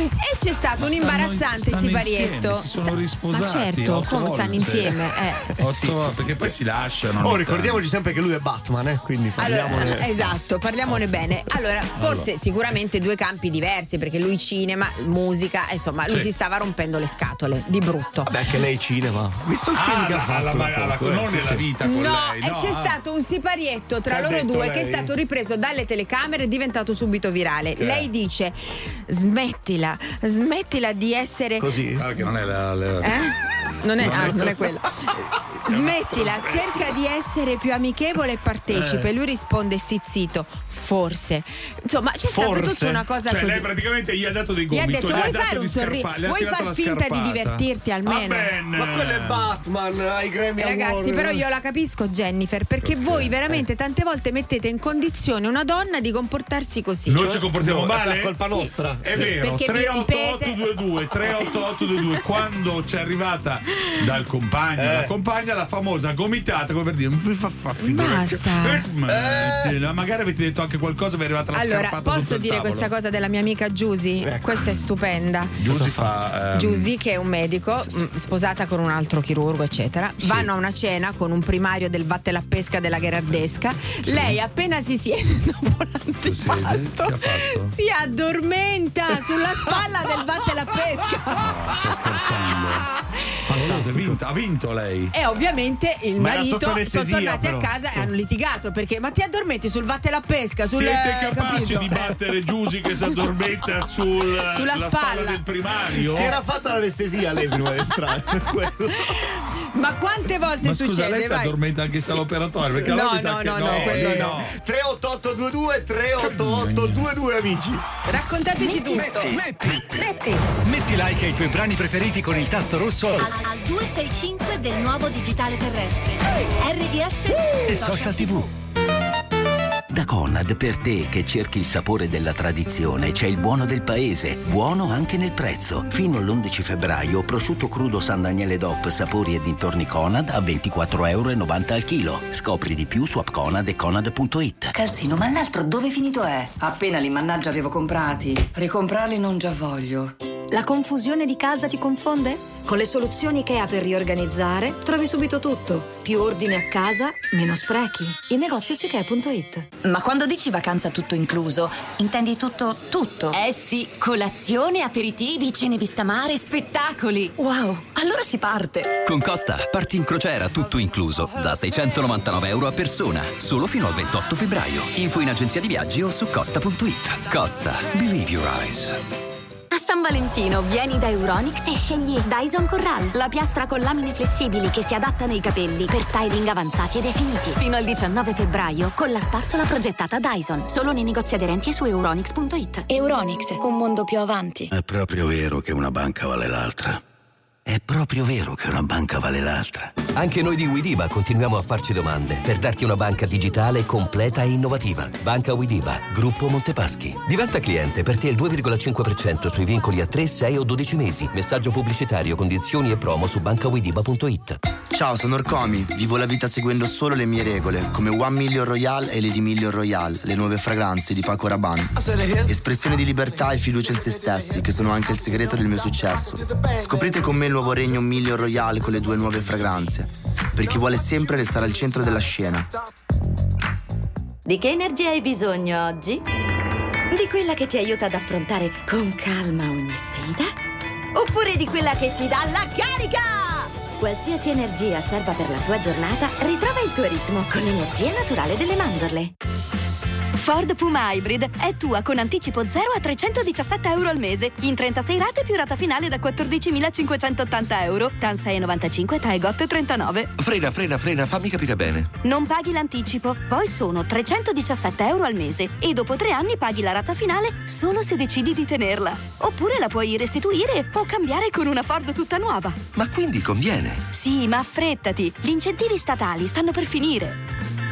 E c'è stato un imbarazzante stanno siparietto. insieme, si sono risposati. Ma certo, otto come volte. stanno insieme? Eh. Otto volte, perché poi si lasciano. Oh, ogni ricordiamoci sempre che lui è Batman, eh? Quindi parliamone. Allora, esatto, parliamone bene. Allora, forse Allora. sicuramente due campi diversi, perché lui cinema, musica, insomma, lui Sì. si stava rompendo le scatole di brutto. Vabbè, anche lei cinema. Ho visto il Ah, film che ha la- fatto. la- un la- po', non eh. nella Sì. vita con No, lei. e no, c'è ah. stato un siparietto tra Che ha loro detto due lei? che è stato ripreso dalle telecamere e è diventato subito virale. Che? Lei dice: smettila, smettila di essere. Così? Guarda che non è la. la- Eh? Non è, Non ah, è- non è quello. Smettila, cerca di essere più amichevole e partecipe. Eh. Lui risponde stizzito: forse. Insomma, c'è stata Forse. tutta una cosa Cioè, così. lei praticamente gli ha dato dei Gli ha gomito, detto: gli ha vuoi dato fare di un sorriso? scarpa- le ha Vuoi tirato far la finta di scarpata. divertirti almeno? Va bene. Ma quello è Batman, ai Grammy Ragazzi, Award. però io la capisco, Jennifer, perché voi veramente tante volte mettete in condizione una donna di comportarsi così. Noi Cioè- ci comportiamo No, è male? colpa Sì. nostra. È Sì, vero. perché vi tre otto rompete. otto due due tre otto otto due due quando c'è arrivata dal compagno Eh. la compagna la famosa gomitata come per dire mi fa fa figura che- Basta. Eh, ma- sì, no, magari avete detto anche qualcosa, vi è arrivata la Allora, scarpata sotto posso il dire tavolo. questa cosa della mia amica Giusy? Ecco. Questa è stupenda. Giusy fa ehm, Giusy, che è un medico, mh, sposata con un altro chirurgo, eccetera, vanno a una cena con un primario del Vatte la Pesca della Gherardesca. Lei, appena si siede dopo l'antipasto, Che ha fatto? si addormenta sulla spalla del Vatte la Pesca. sta scherzando. Fantastico. Ha vinto, ha vinto lei. E ovviamente il Ma era marito sotto sono anestesia, tornati però. a casa e hanno litigato perché ma ti addormenti sul Vatte la Pesca sul, Siete capaci capito? di battere Giusy che si addormenta sul, Sulla la spalla. del primario? Si era fatta l'anestesia lei prima di entrare. per quello. Ma quante volte Ma scusa, succede? lei si Vai. addormenta anche se all'operatorio? Perché No, allora mi sa no, che no, no, quello lì no. tre otto otto due due tre otto otto due due amici. Raccontateci tutto. Metti, metti like ai tuoi brani preferiti con il tasto rosso Al, al duecentosessantacinque del nuovo digitale terrestre. R D S e Social tivù. Da Conad, per te che cerchi il sapore della tradizione, c'è il buono del paese, buono anche nel prezzo. Fino all'undici febbraio, prosciutto crudo San Daniele D O P, sapori e dintorni Conad a ventiquattro virgola novanta euro al chilo. Scopri di più su app Conad e conad punto it. Calzino, ma l'altro dove finito è? Appena li mannaggia avevo comprati. Ricomprarli non già voglio. La confusione di casa ti confonde? Con le soluzioni Ikea per riorganizzare trovi subito tutto. Più ordine a casa, meno sprechi. Il negozio su ikea punto it. Ma quando dici vacanza tutto incluso, intendi tutto, tutto? Eh sì, colazione, aperitivi, cene vista mare, spettacoli. Wow, allora si parte. Con Costa parti in crociera tutto incluso da seicentonovantanove euro a persona, solo fino al ventotto febbraio. Info in agenzia di viaggi o su costa punto it. Costa, believe your eyes. A San Valentino vieni da Euronix e scegli Dyson Corral, la piastra con lamine flessibili che si adattano ai capelli per styling avanzati e definiti. Fino al diciannove febbraio con la spazzola progettata Dyson, solo nei negozi aderenti e su euronix punto it. Euronix, un mondo più avanti. È proprio vero che una banca vale l'altra. È proprio vero che una banca vale l'altra. Anche noi di Widiba continuiamo a farci domande per darti una banca digitale completa e innovativa. Banca Widiba, gruppo Montepaschi. Diventa cliente per te il due virgola cinque per cento sui vincoli a tre, sei o dodici mesi. Messaggio pubblicitario, condizioni e promo su banca widiba punto it. Ciao, sono Orcomi. Vivo la vita seguendo solo le mie regole, come One Million Royale e Lady Million Royale, le nuove fragranze di Paco Rabanne. Espressione di libertà e fiducia in se stessi, che sono anche il segreto del mio successo. Scoprite con me il nuovo regno Million Royale con le due nuove fragranze, per chi vuole sempre restare al centro della scena. Di che energia hai bisogno oggi? Di quella che ti aiuta ad affrontare con calma ogni sfida? Oppure di quella che ti dà la carica? Qualsiasi energia serva per la tua giornata, ritrova il tuo ritmo con l'energia naturale delle mandorle. Ford Puma Hybrid è tua con anticipo zero a trecentodiciassette euro al mese, in trentasei rate più rata finale da quattordicimilacinquecentottanta euro, T A N sei virgola novantacinque, T A E G O T trentanove. Frena, frena, frena, fammi capire bene. Non paghi l'anticipo, poi sono trecentodiciassette euro al mese e dopo tre anni paghi la rata finale solo se decidi di tenerla. Oppure la puoi restituire o cambiare con una Ford tutta nuova. Ma quindi conviene? Sì, ma affrettati, gli incentivi statali stanno per finire.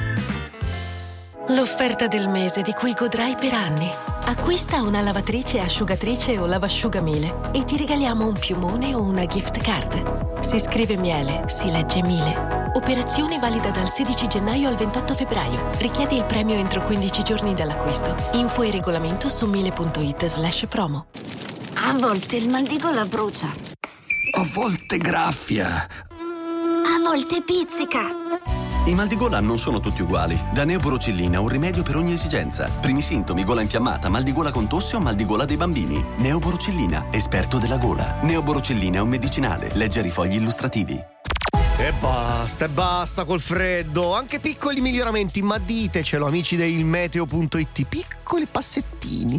L'offerta del mese di cui godrai per anni. Acquista una lavatrice, asciugatrice o lavasciugamile e ti regaliamo un piumone o una gift card. Si scrive miele, si legge Miele. Operazione valida dal sedici gennaio al ventotto febbraio. Richiedi il premio entro quindici giorni dall'acquisto. Info e regolamento su miele punto it slash promo. A volte il mal di gola brucia. A volte graffia. A volte pizzica. I mal di gola non sono tutti uguali. Da Neoborocellina un rimedio per ogni esigenza. Primi sintomi: gola infiammata, mal di gola con tosse o mal di gola dei bambini. Neoborocellina, esperto della gola. Neoborocellina è un medicinale. Leggere i fogli illustrativi. E basta, e basta col freddo. Anche piccoli miglioramenti, ma ditecelo, amici del meteo punto it. Piccoli passettini.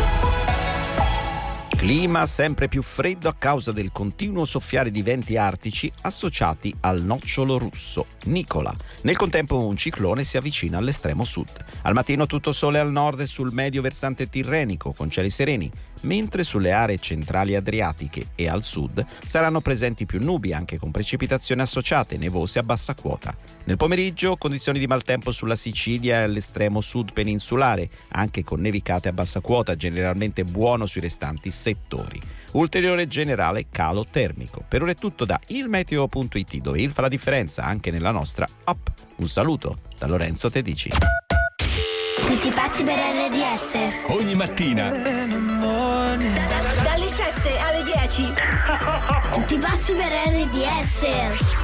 Clima sempre più freddo a causa del continuo soffiare di venti artici associati al nocciolo russo, Nicola. Nel contempo un ciclone si avvicina all'estremo sud. Al mattino tutto sole al nord e sul medio versante tirrenico con cieli sereni, mentre sulle aree centrali adriatiche e al sud saranno presenti più nubi anche con precipitazioni associate, nevose a bassa quota. Nel pomeriggio condizioni di maltempo sulla Sicilia e all'estremo sud peninsulare, anche con nevicate a bassa quota, generalmente buono sui restanti settori. Ulteriore generale calo termico. Per ora è tutto da il meteo punto it, dove il fa la differenza anche nella nostra app. Un saluto da Lorenzo Tedici. Tutti pazzi per R D S. Ogni mattina Dalle sette alle dieci. Tutti pazzi per R D S.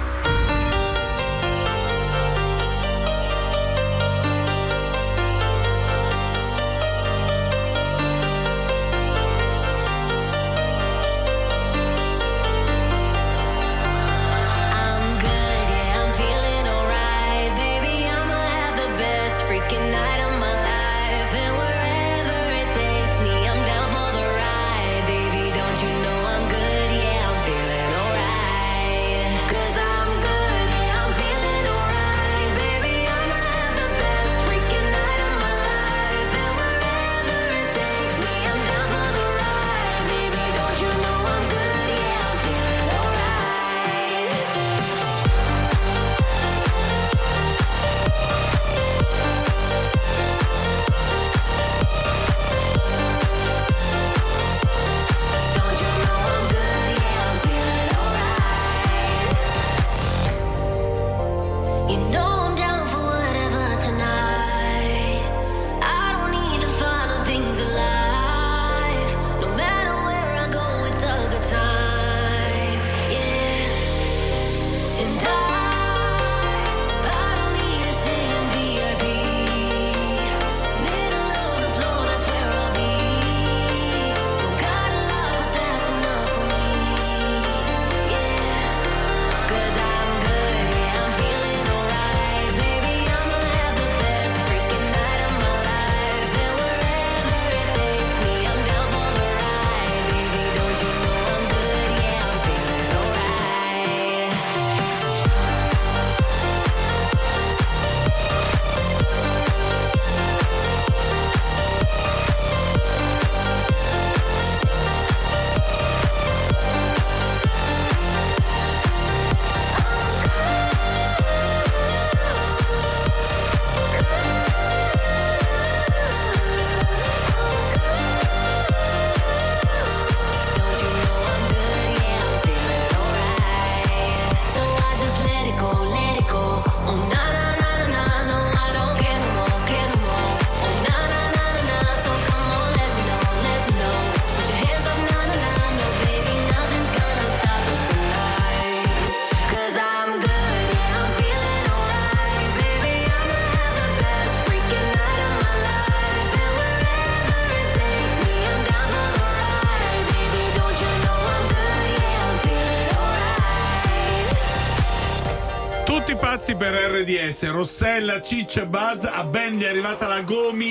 Tutti pazzi per R D S. Rossella, Ciccio e Buzz, a Ben gli è arrivata la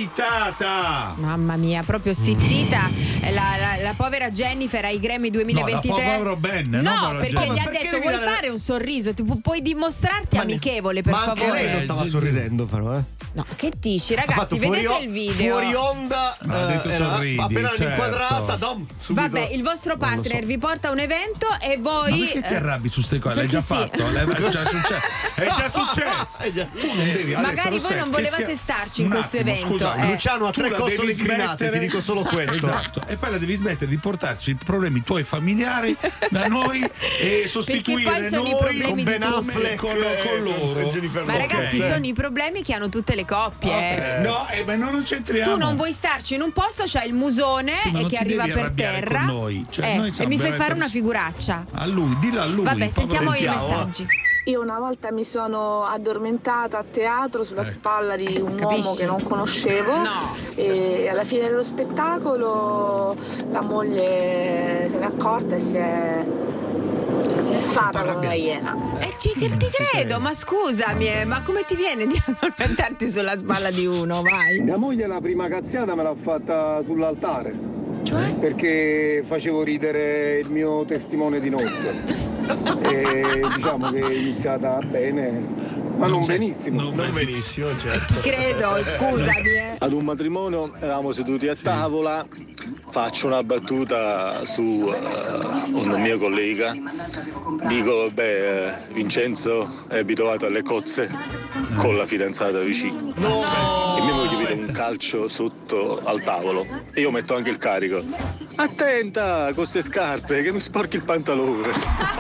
gomitata. Mamma mia, proprio stizzita. La, la, la povera Jennifer ai Grammy duemilaventitré. No, la povero Ben, no, no perché Jennifer. gli ha perché detto vuoi dare... fare un sorriso, tu puoi dimostrarti ma amichevole per ma favore. Ma anche lei non stava sorridendo però, eh. No, che dici ragazzi, vedete fuori, il video. Fuori onda, ma ha detto eh, era sorridi, appena certo. inquadrata, dom, vabbè, il vostro partner so. vi porta a un evento e voi Ma perché ti arrabbi su ste cose? L'hai già sì. fatto? L'hai... Cioè, succe... È già successo. È già- Tu non devi, Magari Alessandro voi Secchi, non che volevate sia- starci in Un questo attimo, evento. scusa, eh. Luciano ha tu tre la costole devi incrinate, smettere- ti dico solo questo. Esatto. E poi la devi smettere di portarci i problemi tuoi familiari da noi e sostituire poi sono i noi problemi con di Ben tutti. Affleck con, con loro. Ma ragazzi, Ok. sono i problemi che hanno tutte le coppie. eh. Ok. No, eh, ma noi non c'entriamo. Tu non vuoi starci in un posto, c'hai il musone Sì, ma e non che ti arriva devi per arrabbiare terra. con noi. Cioè, Eh, noi e siamo mi fai veramente- fare una figuraccia. A lui, dillo a lui. Vabbè, povero- sentiamo i Sentiamo, messaggi. Io una volta mi sono addormentata a teatro sulla Ecco. spalla di un Capisci? uomo che non conoscevo No. e alla fine dello spettacolo la moglie se n'è accorta e si è fissata con una iena. Eh, ci, che ti credo, ma scusami, eh, ma come ti viene di addormentarti sulla spalla di uno? Vai. Mia moglie la prima cazziata me l'ha fatta sull'altare. Cioè? Perché facevo ridere il mio testimone di nozze. E diciamo che è iniziata bene, ma non benissimo. Non benissimo, certo. Ti credo, scusami. Eh. Ad un matrimonio eravamo seduti a tavola, faccio una battuta su eh, un mio collega, dico vabbè eh, Vincenzo è abituato alle cozze con la fidanzata vicino. No! E mia moglie vede un calcio sotto al tavolo e io metto anche il carico. Attenta con queste scarpe che mi sporchi il pantalone.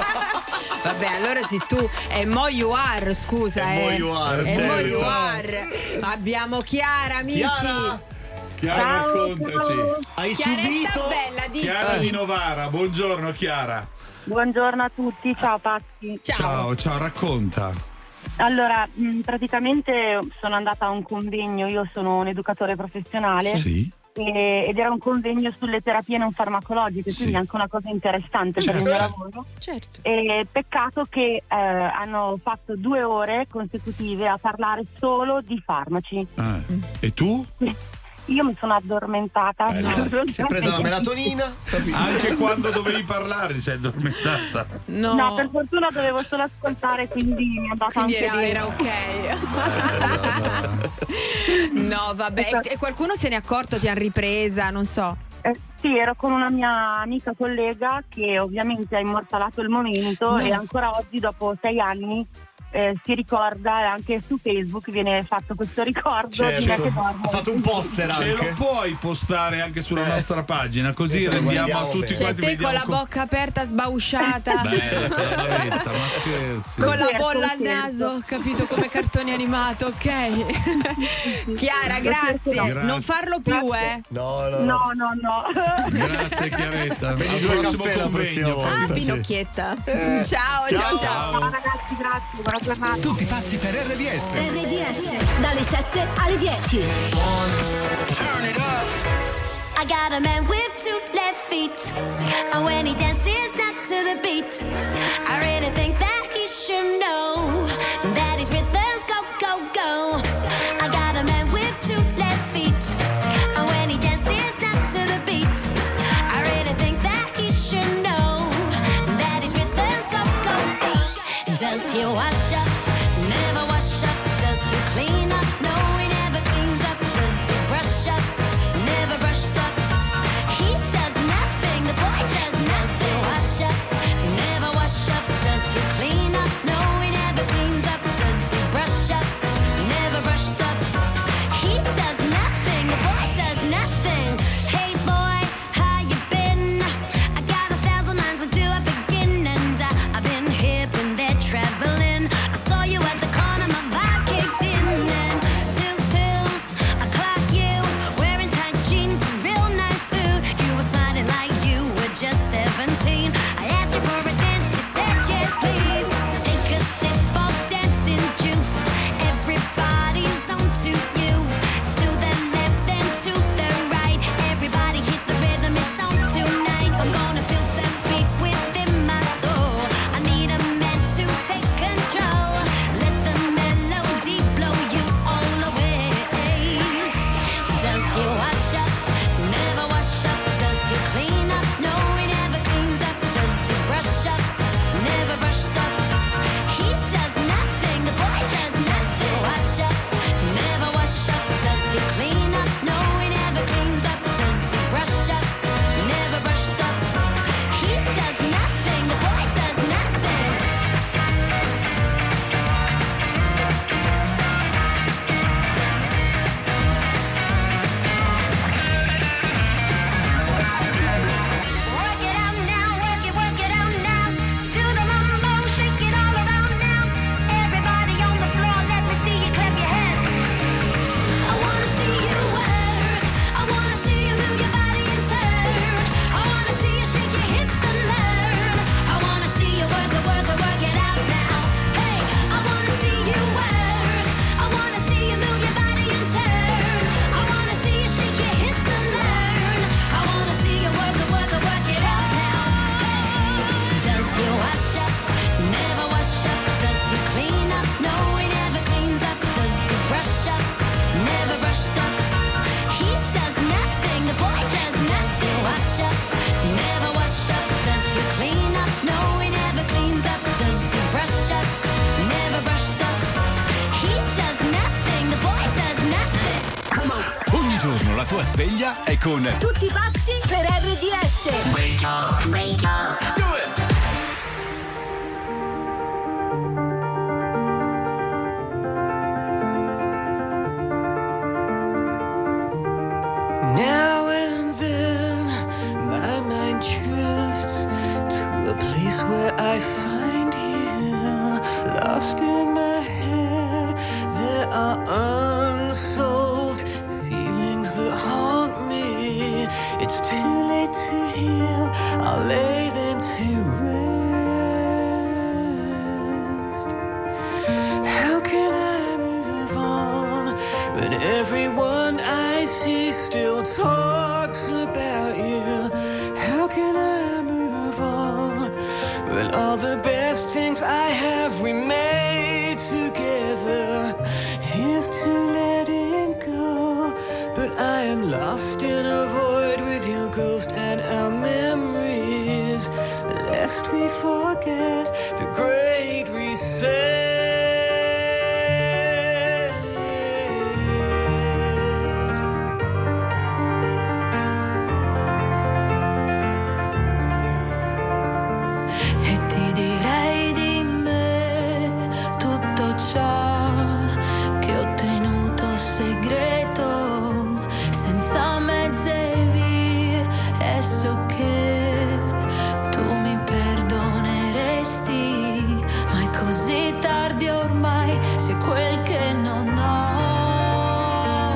Vabbè, allora se tu è mo you are, scusa, È eh. mo you are, È mo certo. you are. Abbiamo Chiara, amici. Chiara? Chiara, Ciao, raccontaci. ciao. Hai Chiaretta subito? bella, dici. Chiara di Novara, buongiorno Chiara. Buongiorno a tutti, ciao Pazzi. Ciao, ciao, racconta. Allora, mh, praticamente sono andata a un convegno, io sono un educatore professionale. Sì. e- ed era un convegno sulle terapie non farmacologiche, Sì. quindi anche una cosa interessante per il mio lavoro. Certo. E peccato che eh, hanno fatto due ore consecutive a parlare solo di farmaci. Eh. E tu? Io mi sono addormentata. Eh, Si è presa la melatonina? Anche quando dovevi parlare ti sei addormentata. No. No, per fortuna dovevo solo ascoltare, quindi mi è andata Quindi anche era, bene. era ok. No, vabbè. E qualcuno se n'è accorto, ti ha ripresa, non so. Eh, sì, ero con una mia amica collega che ovviamente ha immortalato il momento No. e ancora oggi, dopo sei anni, eh, si ricorda, e anche su Facebook viene fatto questo ricordo di me che dormo. Ha fatto un poster Ce anche. lo puoi postare anche sulla Eh. nostra pagina, così Adesso lo rendiamo a guardiamo tutti bene. Cioè, quanti te con vediamo la com- bocca aperta, sbausciata. Bella, con la bavetta, ma scherzi. Con la Certo, bolla al certo. naso, capito, come cartone animato, ok? Chiara, grazie. Grazie. Non farlo più, eh. No, no, no. No, no, no. Grazie Chiaretta. Prendi Al due prossimo caffè la prossima convegno. volta. Ah, Sì. Pinocchietta. Eh. Ciao, ciao, Ciao. ciao. Ciao ragazzi, grazie, buona giornata. Tutti pazzi per R D S. R D S dalle sette alle dieci. I got a man with two left feet, and when he dances not to the beat, I really think that he should know that his rhythms go, go, go. I got a man with two left feet, and when he dances not to the beat, I really think that he should know that his rhythms go, go, go. Does he wash up? Never wash up. Does he clean up? No, he never cleans up. Does he brush up? Never brushed up. He does nothing. The boy does nothing. Wash up? Never wash up. Does he clean up? No, he never cleans up. Does he brush up? Never brushed up. He does nothing. The boy does nothing. Hey boy, how you been? I got a thousand lines. Where do I begin? And I, I've been hip and they're traveling. sveglia è con Tutti pazzi per R D S. Wake up, wake up. Do it. Now and then, my mind drifts to a place where I find you, lost in my head. There are unsolved feelings that haunt me. It's too late to heal, I'll lay them to rest. How can I move on when everyone I see still talks about you? How can I move on when all the best things I have we made together? Here's to letting go, but I am lost in a void with your ghost and our memories, lest we forget the great reset. E ti direi di me tutto ciò che ho tenuto segreto, senza mezze vie, e so che tu mi perdoneresti, ma è così tardi ormai, se quel che non ho,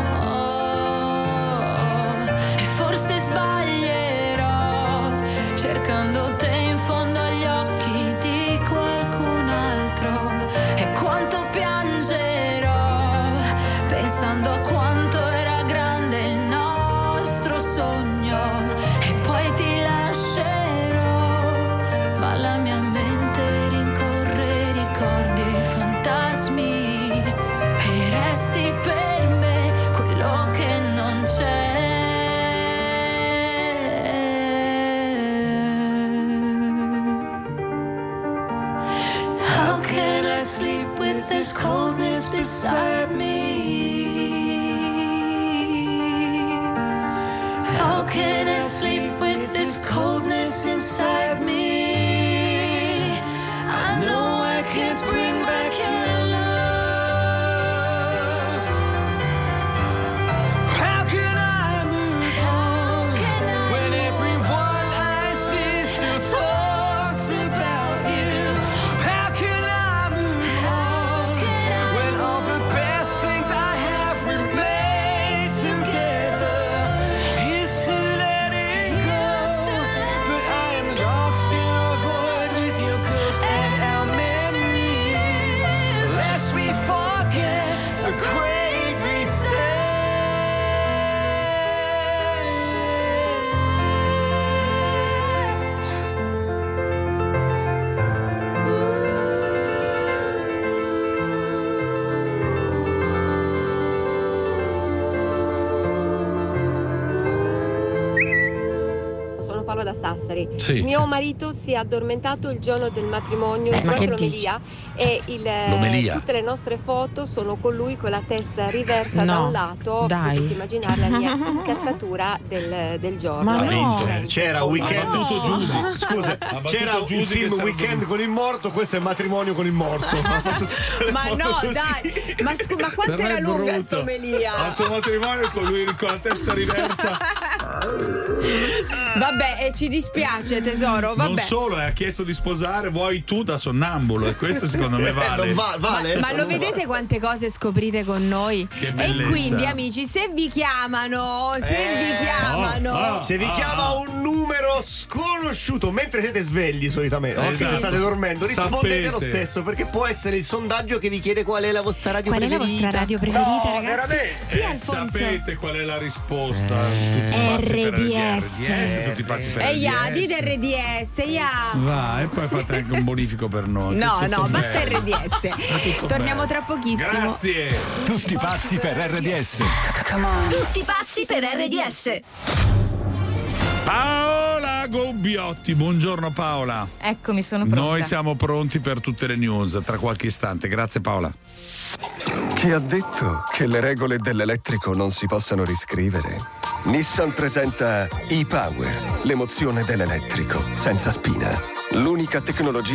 e forse sbaglierò cercando te in fondo agli occhi di qualcun altro, e quanto piangerò pensando a quanto era grande il nostro sogno, e poi ti lascerò, ma la mia mente rincorre ricordi e fantasmi, e resti per me quello che non c'è. How can I sleep with this coldness beside me? How can I sleep with this coldness inside me? I know I can't bring back your love. How can I move on when everyone I see still talks about you? How can I move on when all the best things I have remain together? Here's to letting go, but I am lost in a void with your ghost and our memories, lest we forget the great reset. Sono Paola da Sassari. Sì. Mio marito si è addormentato il giorno del matrimonio Eh, ma durante che l'omelia, e il, L'omelia? tutte le nostre foto sono con lui con la testa riversa da No, un lato. dai. Potete immaginare la mia incazzatura del, del giorno. Ma Ha no. vinto. C'era Oh, Weekend. Ha battuto Giusy. Scusa, Ha battuto c'era Giusy il che film sarebbe Weekend dovuto- con il morto, questo è matrimonio con il morto. Ha fatto tutte le Ma foto no, così. dai, ma, scu- ma quanto Però era è lunga brutto. sta omelia? Al tuo matrimonio con lui con la testa riversa. Vabbè, e ci dispiace tesoro, vabbè. Non solo, ha chiesto di sposare, vuoi tu da sonnambulo, e questo secondo me vale. Non va- vale? Ma lo vedete quante cose scoprite con noi? Che E bellezza. quindi amici, se vi chiamano, se Eh, vi chiamano, oh, oh. Se vi Ah, chiama ah. un numero sconosciuto mentre siete svegli solitamente, o Esatto. se state dormendo, rispondete Sapete. lo stesso, perché può essere il sondaggio che vi chiede qual è la vostra radio qual è la preferita. vostra radio preferita, No, ragazzi? veramente? Sì, Eh, Alfonso. sapete qual è la risposta? Tutti pazzi per R D S. R D S, tutti pazzi per E R D S. ya, dite R D S, ya. Va, e poi fate anche un bonifico per noi. No, Tutto no, basta bello. R D S. Tutto Torniamo bello. tra pochissimo. Grazie. Tutti pazzi per R D S. Tutti pazzi per R D S. Paola Gobbiotti, buongiorno Paola. Eccomi, sono pronta. Noi siamo pronti per tutte le news tra qualche istante. Grazie Paola. Chi ha detto che le regole dell'elettrico non si possano riscrivere? Nissan presenta e-Power, l'emozione dell'elettrico senza spina. L'unica tecnologia